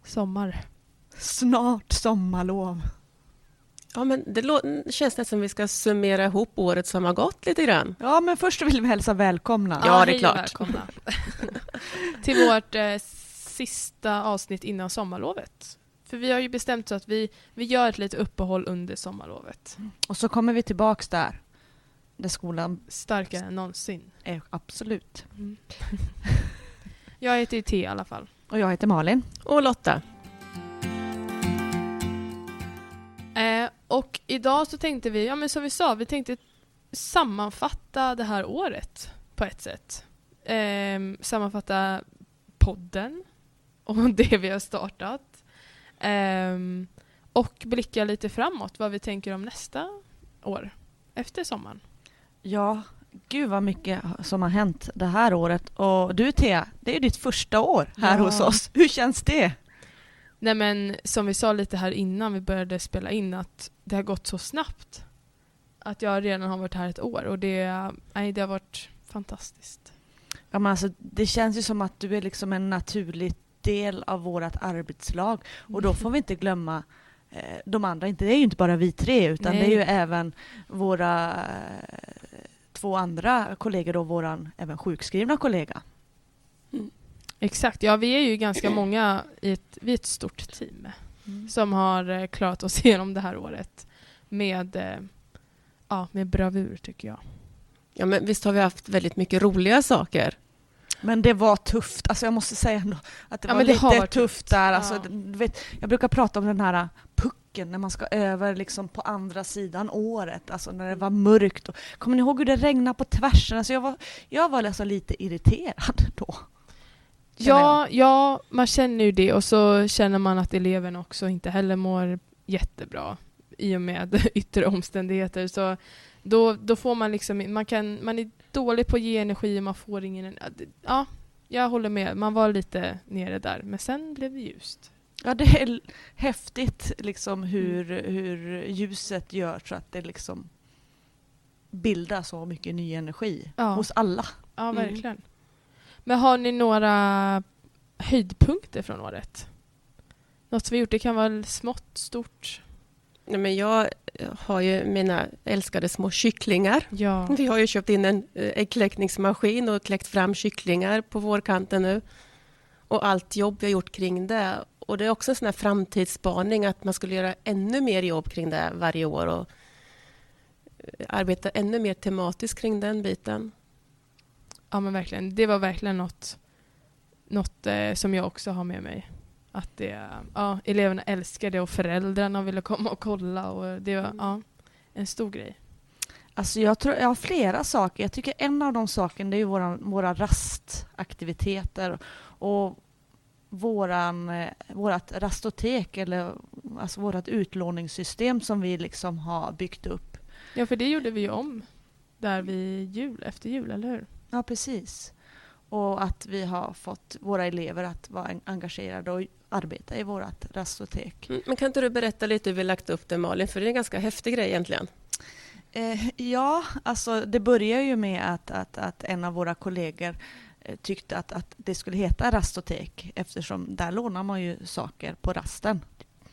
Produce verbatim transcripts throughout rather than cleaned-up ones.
Sommar. Snart sommarlov. Ja, men det lå- känns nästan som vi ska summera ihop året som har gått lite grann. Ja, men först vill vi hälsa välkomna. Ja, det är hej och klart. Välkomna. Till vårt eh, sista avsnitt innan sommarlovet. För vi har ju bestämt så att vi, vi gör ett litet uppehåll under sommarlovet. Och så kommer vi tillbaks där. Där skolan Starkare än någonsin. är absolut. Mm. Jag heter ju T i alla fall. Och jag heter Malin. Och Lotta. Eh, och idag så tänkte vi, ja men som vi sa, vi tänkte sammanfatta det här året på ett sätt. Eh, sammanfatta podden och det vi har startat. Eh, och blicka lite framåt vad vi tänker om nästa år efter sommaren. Ja, gud vad mycket som har hänt det här året. Och du Thea, det är ju ditt första år här Ja. hos oss. Hur känns det? Nej men som vi sa lite här innan vi började spela in att det har gått så snabbt. Att jag redan har varit här ett år och det, nej, det har varit fantastiskt. Ja, men alltså, det känns ju som att du är liksom en naturlig del av vårt arbetslag. Och då får vi inte glömma eh, de andra. Inte, det är ju inte bara vi tre utan Nej. det är ju även våra eh, två andra kollegor och våran även sjukskrivna kollega. Exakt, ja vi är ju ganska många i ett, vi är ett stort team Mm. som har eh, klarat oss igenom det här året med, eh, ja, med bravur tycker jag. Ja, men visst har vi haft väldigt mycket roliga saker. Men det var tufft. Alltså jag måste säga ändå att det Ja, var men det lite har varit tufft tufft. där. Alltså, Ja. du vet, jag brukar prata om den här pucken när man ska över liksom på andra sidan året. Alltså när det var mörkt. Och, kommer ni ihåg hur det regnade på tvärsen? Alltså jag var, jag var alltså lite irriterad då. känner Ja, ja, man känner ju det och så känner man att eleven också inte heller mår jättebra i och med yttre omständigheter. Så då, då får man liksom, man, kan, man är dålig på att ge energi och man får ingen... Ja, jag håller med. Man var lite nere där. Men sen blev det ljust. Ja, det är l- häftigt liksom hur, hur ljuset gör så att det liksom bildar så mycket ny energi Ja. hos alla. Ja, Mm. verkligen. Men har ni några höjdpunkter från året? Något som vi gjort, det kan vara smått, stort. Nej, men jag har ju mina älskade små kycklingar. Ja. Vi har ju köpt in en eh, äggkläckningsmaskin och kläckt fram kycklingar på vårkanten nu. Och allt jobb vi har gjort kring det. Och det är också en sån här framtidsspaning att man skulle göra ännu mer jobb kring det varje år och eh, arbeta ännu mer tematiskt kring den biten. Ja, men verkligen. Det var verkligen något, något eh, som jag också har med mig. Att det, ja, eleverna älskade det och föräldrarna ville komma och kolla. Och det var Mm. ja, en stor grej. Alltså jag tror jag har flera saker. Jag tycker en av de sakerna det är ju våra, våra rastaktiviteter och våran, eh, vårat rastotek eller alltså vårat utlåningssystem som vi liksom har byggt upp. Ja, för det gjorde vi ju om där vid jul, efter jul, eller hur? Ja, precis. Och att vi har fått våra elever att vara en- engagerade och arbeta i vårat rastotek. Mm, Men kan inte du berätta lite hur vi lagt upp det, Malin? För det är en ganska häftig grej egentligen. Eh, ja, alltså det börjar ju med att, att, att en av våra kollegor eh, tyckte att, att det skulle heta rastotek eftersom där lånar man ju saker på rasten.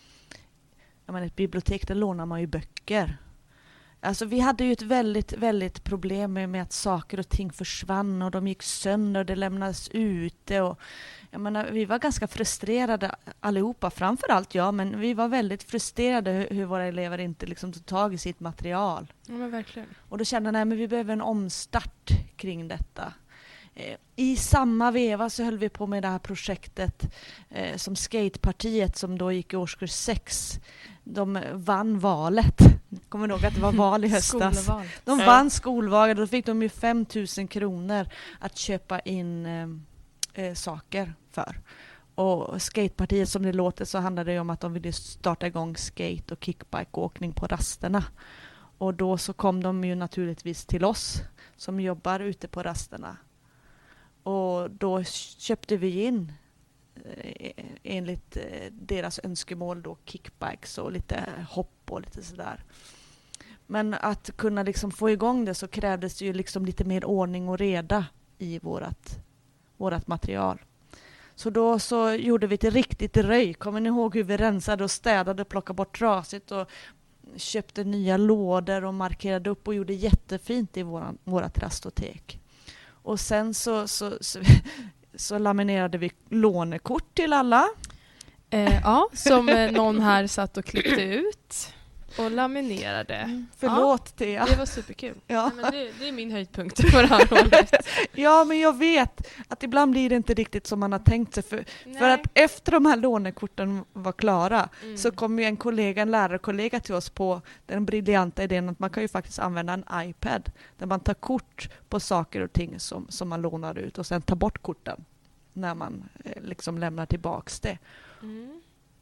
Jag menar, ett bibliotek där lånar man ju böcker. Alltså vi hade ju ett väldigt, väldigt problem med, med att saker och ting försvann och de gick sönder och det lämnades ute. Och, jag menar, vi var ganska frustrerade allihopa, framförallt jag, men vi var väldigt frustrerade hur, hur våra elever inte liksom tog tag i sitt material. Ja, men verkligen. Och då kände jag nej, men vi behöver en omstart kring detta. Eh, I samma veva så höll vi på med det här projektet eh, som Skatepartiet som då gick i årskurs sex. De vann valet. Kommer ihåg att det var val i höstas? Skolval. De Ja. vann skolvalet och då fick de ju fem tusen kronor att köpa in eh, eh, saker för. Och Skatepartiet som det låter så handlade det om att de ville starta igång skate- och kickbike-åkning på rasterna. Och då så kom de ju naturligtvis till oss som jobbar ute på rasterna. Och då köpte vi in eh, enligt eh, deras önskemål då kickbikes och lite hopp och lite sådär. Men att kunna liksom få igång det så krävdes det ju liksom lite mer ordning och reda i vårat, vårat material. Så då så gjorde vi ett riktigt röj. Kommer ni ihåg hur vi rensade och städade och plockade bort trasigt och köpte nya lådor och markerade upp och gjorde jättefint i våran, vårat rastotek. Och sen så, så, så, så laminerade vi lånekort till alla. Eh, ja, som eh, någon här satt och klippte ut och laminerade. Mm, förlåt ja, Thea. Det var superkul. Ja. Nej, men det, det är min höjdpunkt på det här året. Ja, men jag vet att ibland blir det inte riktigt som man har tänkt sig. För, för att efter de här lånekorten var klara mm. så kom ju en kollega, en lärarkollega till oss på den briljanta idén att man kan ju faktiskt använda en iPad där man tar kort på saker och ting som, som man lånar ut och sen tar bort korten när man eh, liksom lämnar tillbaks det. Mm.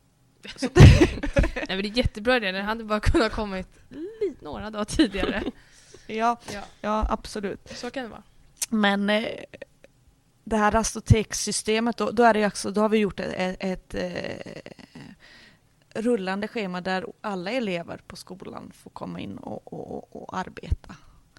Nej, men det är jättebra det. Den hade bara kunnat komma lite några dagar tidigare. ja, ja, ja, absolut. Så kan det vara. Men eh, det här rastotekssystemet, då, då, är det också, då har vi gjort ett, ett, ett eh, rullande schema där alla elever på skolan får komma in och, och, och arbeta.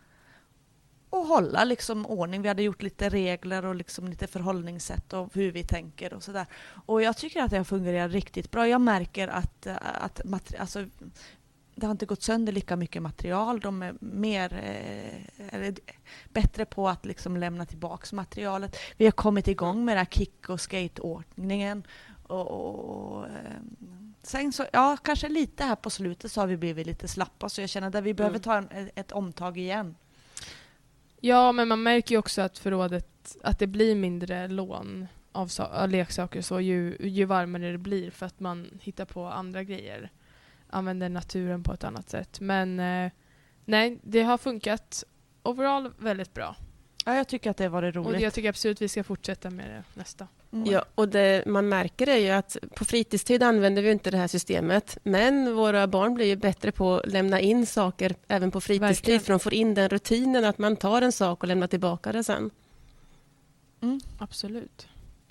Och hålla liksom ordning. Vi hade gjort lite regler och liksom lite förhållningssätt och hur vi tänker och sådär. Och jag tycker att det har fungerat riktigt bra. Jag märker att, att materi- alltså, det har inte gått sönder lika mycket material. De är mer eh, är bättre på att liksom lämna tillbaka materialet. Vi har kommit igång med det här kick- och skateordningen. Och, och, och sen så, ja, kanske lite här på slutet så har vi blivit lite slappa. Så jag känner att vi behöver ta en, ett omtag igen. Ja, men man märker ju också att förrådet, att det blir mindre lån av, so- av leksaker så ju, ju varmare det blir för att man hittar på andra grejer. Använder naturen på ett annat sätt. Men eh, nej, det har funkat overall väldigt bra. Ja, jag tycker att det var det roligt. Och jag tycker absolut vi ska fortsätta med det nästa. Mm. Ja, och det man märker är ju att på fritidstid använder vi inte det här systemet. Men våra barn blir ju bättre på att lämna in saker även på fritidstid. Verkligen. För de får in den rutinen att man tar en sak och lämnar tillbaka det sen. Mm. Absolut.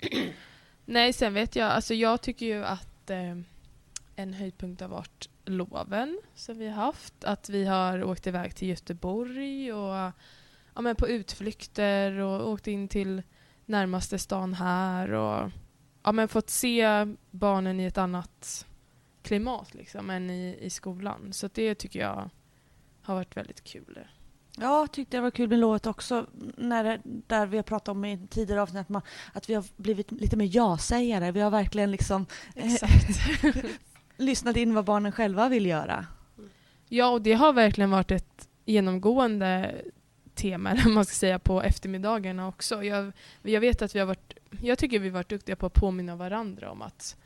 Nej, sen vet jag, alltså jag tycker ju att eh, en höjdpunkt har varit loven som vi har haft. Att vi har åkt iväg till Göteborg och ja, men på utflykter och åkt in till närmaste stan här och ja, men fått se barnen i ett annat klimat liksom, än i, i skolan. Så det tycker jag har varit väldigt kul. Ja, jag tyckte det var kul med lovet också. När det, där vi har pratat om i tidigare avsnitt att, man, att vi har blivit lite mer ja-sägare. Vi har verkligen liksom Exakt. lyssnat in vad barnen själva vill göra. Ja, och det har verkligen varit ett genomgående tema, eller man ska säga, på eftermiddagarna också. Jag, jag vet att vi har varit, jag tycker vi har varit duktiga på att påminna varandra om att,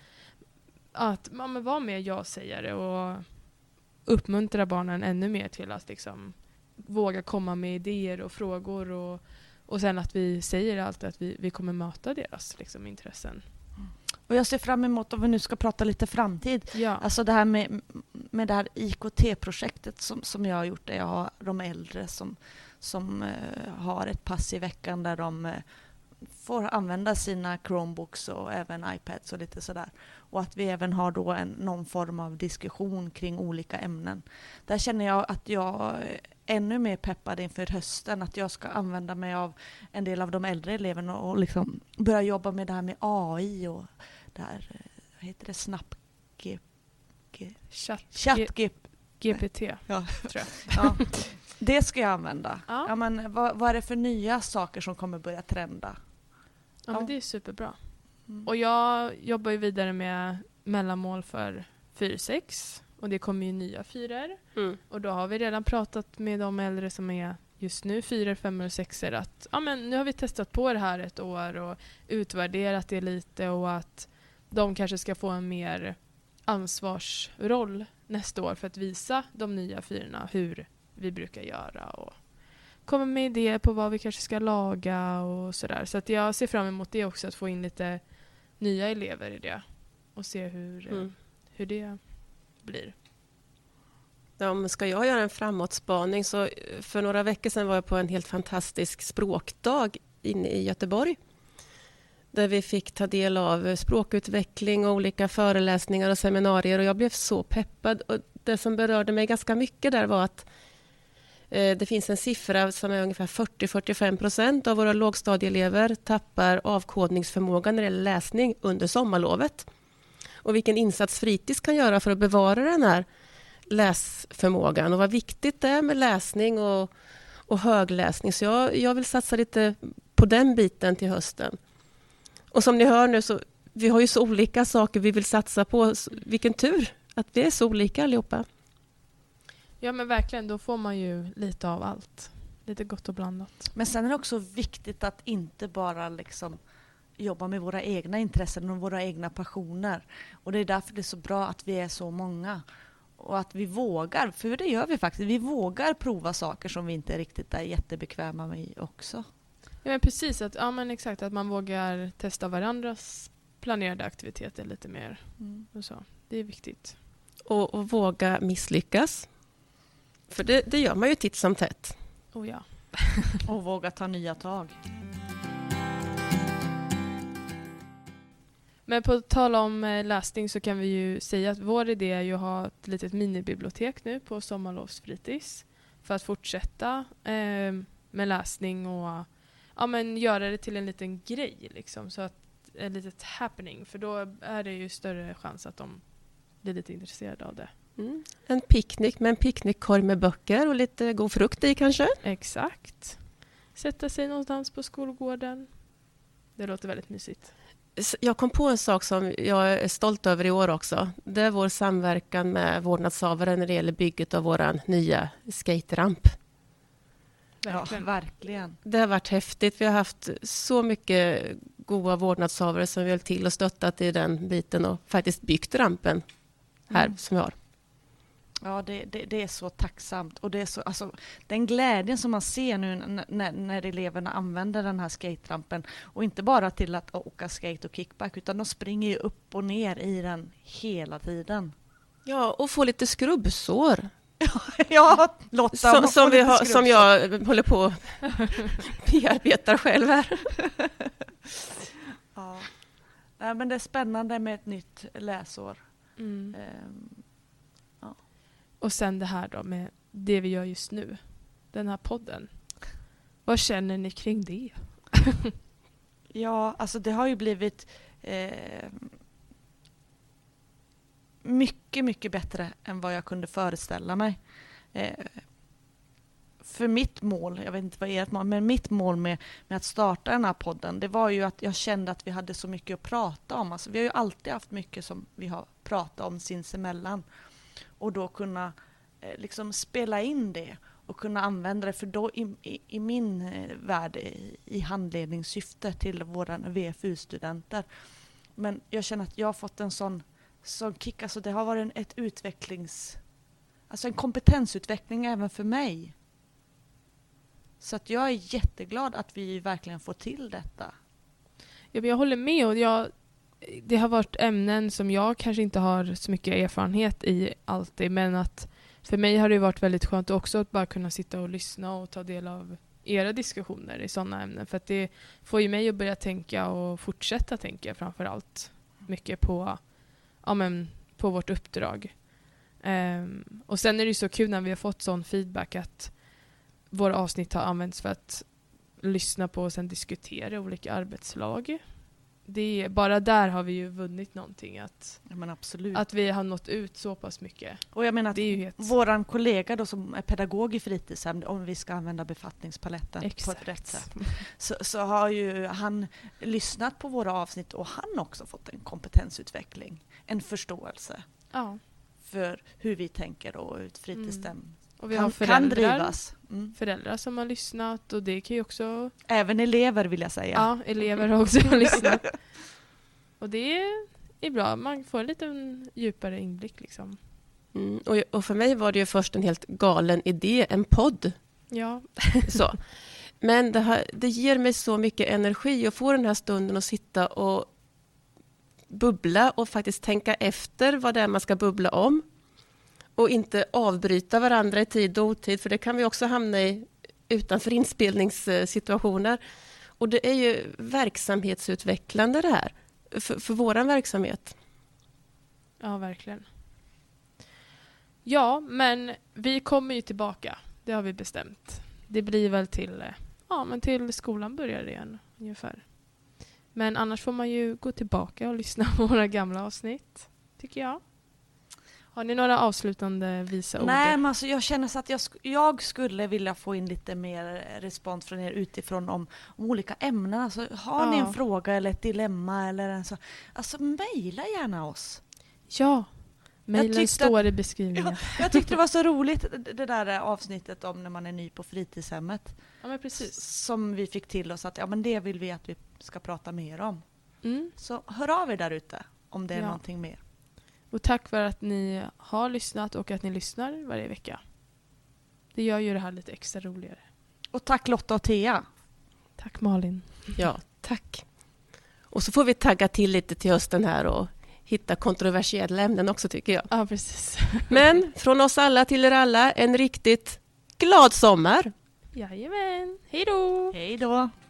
att man vara mer ja-sägare och uppmuntra barnen ännu mer till att liksom våga komma med idéer och frågor och, och sen att vi säger alltid att vi, vi kommer möta deras liksom, intressen. Och jag ser fram emot, om vi nu ska prata lite framtid, Ja. alltså det här med, med det här I K T-projektet som, som jag har gjort, där jag har de äldre som, som uh, har ett pass i veckan där de uh, får använda sina Chromebooks och även iPads och lite sådär. Och att vi även har då en, någon form av diskussion kring olika ämnen. Där känner jag att jag är ännu mer peppad inför hösten, att jag ska använda mig av en del av de äldre eleverna och liksom börja jobba med det här med A I och där, vad heter det, Snap G, G, Chatt, Chat G, G, G P T, ja. tror jag. Ja, det ska jag använda. Ja. Ja, men vad, vad är det för nya saker som kommer börja trenda? Ja, Ja. men det är superbra. Mm. Och jag jobbar ju vidare med mellanmål för fyra sex och det kommer ju nya fyror. Mm. Och då har vi redan pratat med de äldre som är just nu fyra, fem och sexor att ja, men nu har vi testat på det här ett år och utvärderat det lite och att de kanske ska få en mer ansvarsroll nästa år för att visa de nya fyrorna hur vi brukar göra och komma med idéer på vad vi kanske ska laga och sådär. Så att jag ser fram emot det också, att få in lite nya elever i det och se hur, Mm. hur det blir. Ja, men ska jag göra en framåtspaning så för några veckor sedan var jag på en helt fantastisk språkdag inne i Göteborg. Där vi fick ta del av språkutveckling och olika föreläsningar och seminarier och jag blev så peppad. Och det som berörde mig ganska mycket där var att Eh, det finns en siffra som är ungefär fyrtio till fyrtiofem procent av våra lågstadieelever tappar avkodningsförmåga när det gäller läsning under sommarlovet. Och vilken insats fritids kan göra för att bevara den här läsförmågan och vad viktigt det är med läsning och, och högläsning. Så jag, jag vill satsa lite på den biten till hösten. Och som ni hör nu så vi har ju så olika saker vi vill satsa på. Vilken tur att vi är så olika allihopa. Ja men verkligen, då får man ju lite av allt. Lite gott och blandat. Men sen är det också viktigt att inte bara liksom jobba med våra egna intressen och våra egna passioner. Och det är därför det är så bra att vi är så många. Och att vi vågar, för det gör vi faktiskt. Vi vågar prova saker som vi inte riktigt är jättebekväma med också. Ja men precis, att, ja, men exakt, att man vågar testa varandras planerade aktiviteter lite mer. Mm. Och så. Det är viktigt. Och, och våga misslyckas. För det, det gör man ju titt som tätt. Oh ja. Och våga ta nya tag. Men på tal om eh, läsning så kan vi ju säga att vår idé är ju att ha ett litet minibibliotek nu på sommarlovsfritids. För att fortsätta eh, med läsning och ja, men göra det till en liten grej. Liksom, så att ett litet happening. För då är det ju större chans att de blir lite intresserade av det. Mm. En picknick med en picknickkorg med böcker och lite god frukt i kanske. Exakt. Sätta sig någonstans på skolgården. Det låter väldigt mysigt. Jag kom på en sak som jag är stolt över i år också. Det är vår samverkan med vårdnadshavare när det gäller bygget av vår nya skateramp. Verkligen. Ja, verkligen. Det har varit häftigt. Vi har haft så mycket goda vårdnadshavare som vi har till och stöttat i den biten och faktiskt byggt rampen här Mm. som vi har. Ja, det, det, det är så tacksamt. Och det är så, alltså, den glädjen som man ser nu n- när, när eleverna använder den här skaterampen. Och inte bara till att åka skate och kickback, utan de springer ju upp och ner i den hela tiden. Ja, och få lite skrubbsår. Ja, Lotta. Som, man som, får vi lite har, som skrubbsår. jag håller på att bearbetar själv här. Ja. Nej, men det är spännande med ett nytt läsår. Mm. Ehm, Och sen det här då med det vi gör just nu. Den här podden. Vad känner ni kring det? Ja, alltså det har ju blivit eh, mycket, mycket bättre än vad jag kunde föreställa mig. Eh, för mitt mål, jag vet inte vad ert mål, men mitt mål med, med att starta den här podden, det var ju att jag kände att vi hade så mycket att prata om. Alltså, vi har ju alltid haft mycket som vi har pratat om sinsemellan. Och då kunna eh, liksom spela in det och kunna använda det, för då i, i, i min eh, värld i, i handledningssyfte till våra V F U-studenter. Men jag känner att jag har fått en sån, sån kick, alltså det har varit en, ett utvecklings, alltså en kompetensutveckling även för mig. Så att jag är jätteglad att vi verkligen får till detta. Ja, men jag håller med, och jag, det har varit ämnen som jag kanske inte har så mycket erfarenhet i alltid, men att för mig har det varit väldigt skönt också att bara kunna sitta och lyssna och ta del av era diskussioner i sådana ämnen, för att det får ju mig att börja tänka och fortsätta tänka framför allt mycket på, ja, men, på vårt uppdrag. Um, och sen är det ju så kul när vi har fått sån feedback att våra avsnitt har använts för att lyssna på och sen diskutera olika arbetslag. Det är, bara där har vi ju vunnit någonting, att, Ja, men absolut. att vi har nått ut så pass mycket. Och jag menar att Det är ju helt... våran kollega då som är pedagog i fritidshem, om vi ska använda befattningspaletten Exakt. på ett rätt sätt, så, så har ju han lyssnat på våra avsnitt och han också fått en kompetensutveckling, en förståelse Ja. för hur vi tänker och hur ett fritidshem Mm. Och vi kan, har kan föräldrar, drivas. Mm. föräldrar som har lyssnat, och det kan ju också... Även elever vill jag säga. Ja, elever har också lyssnat. Och det är bra, man får en liten djupare inblick liksom. Mm, och, och för mig var det ju först en helt galen idé, en podd. Ja. Så. Men det, här, det ger mig så mycket energi att få den här stunden att sitta och bubbla och faktiskt tänka efter vad det är man ska bubbla om. Och inte avbryta varandra i tid och otid, för det kan vi också hamna i utanför inspelningssituationer. Och det är ju verksamhetsutvecklande det här, för, för våran verksamhet. Ja, verkligen. Ja, men vi kommer ju tillbaka. Det det har vi bestämt. Det blir väl till, ja, men till skolan börjar det igen ungefär. Men annars får man ju gå tillbaka och lyssna på våra gamla avsnitt, tycker jag. Har ni några avslutande visa ord? Nej, men alltså jag känner så att jag, sk- jag skulle vilja få in lite mer respons från er utifrån om, om olika ämnen. Alltså, har Ja. ni en fråga eller ett dilemma eller en så, alltså mejla gärna oss. Ja, mejlen tyckte står i beskrivningen. Ja, jag tyckte det var så roligt det det där avsnittet om när man är ny på fritidshemmet. Ja, men precis. Som vi fick till oss att ja, men det vill vi att vi ska prata mer om. Mm. Så hör av er där ute om det är Ja. någonting mer. Och tack för att ni har lyssnat och att ni lyssnar varje vecka. Det gör ju det här lite extra roligare. Och tack Lotta och Thea. Tack Malin. Ja, tack. Och så får vi tagga till lite till hösten här och hitta kontroversiella ämnen också, tycker jag. Ja, precis. Men från oss alla till er alla, en riktigt glad sommar! Jajamän. Hej då! Hej då!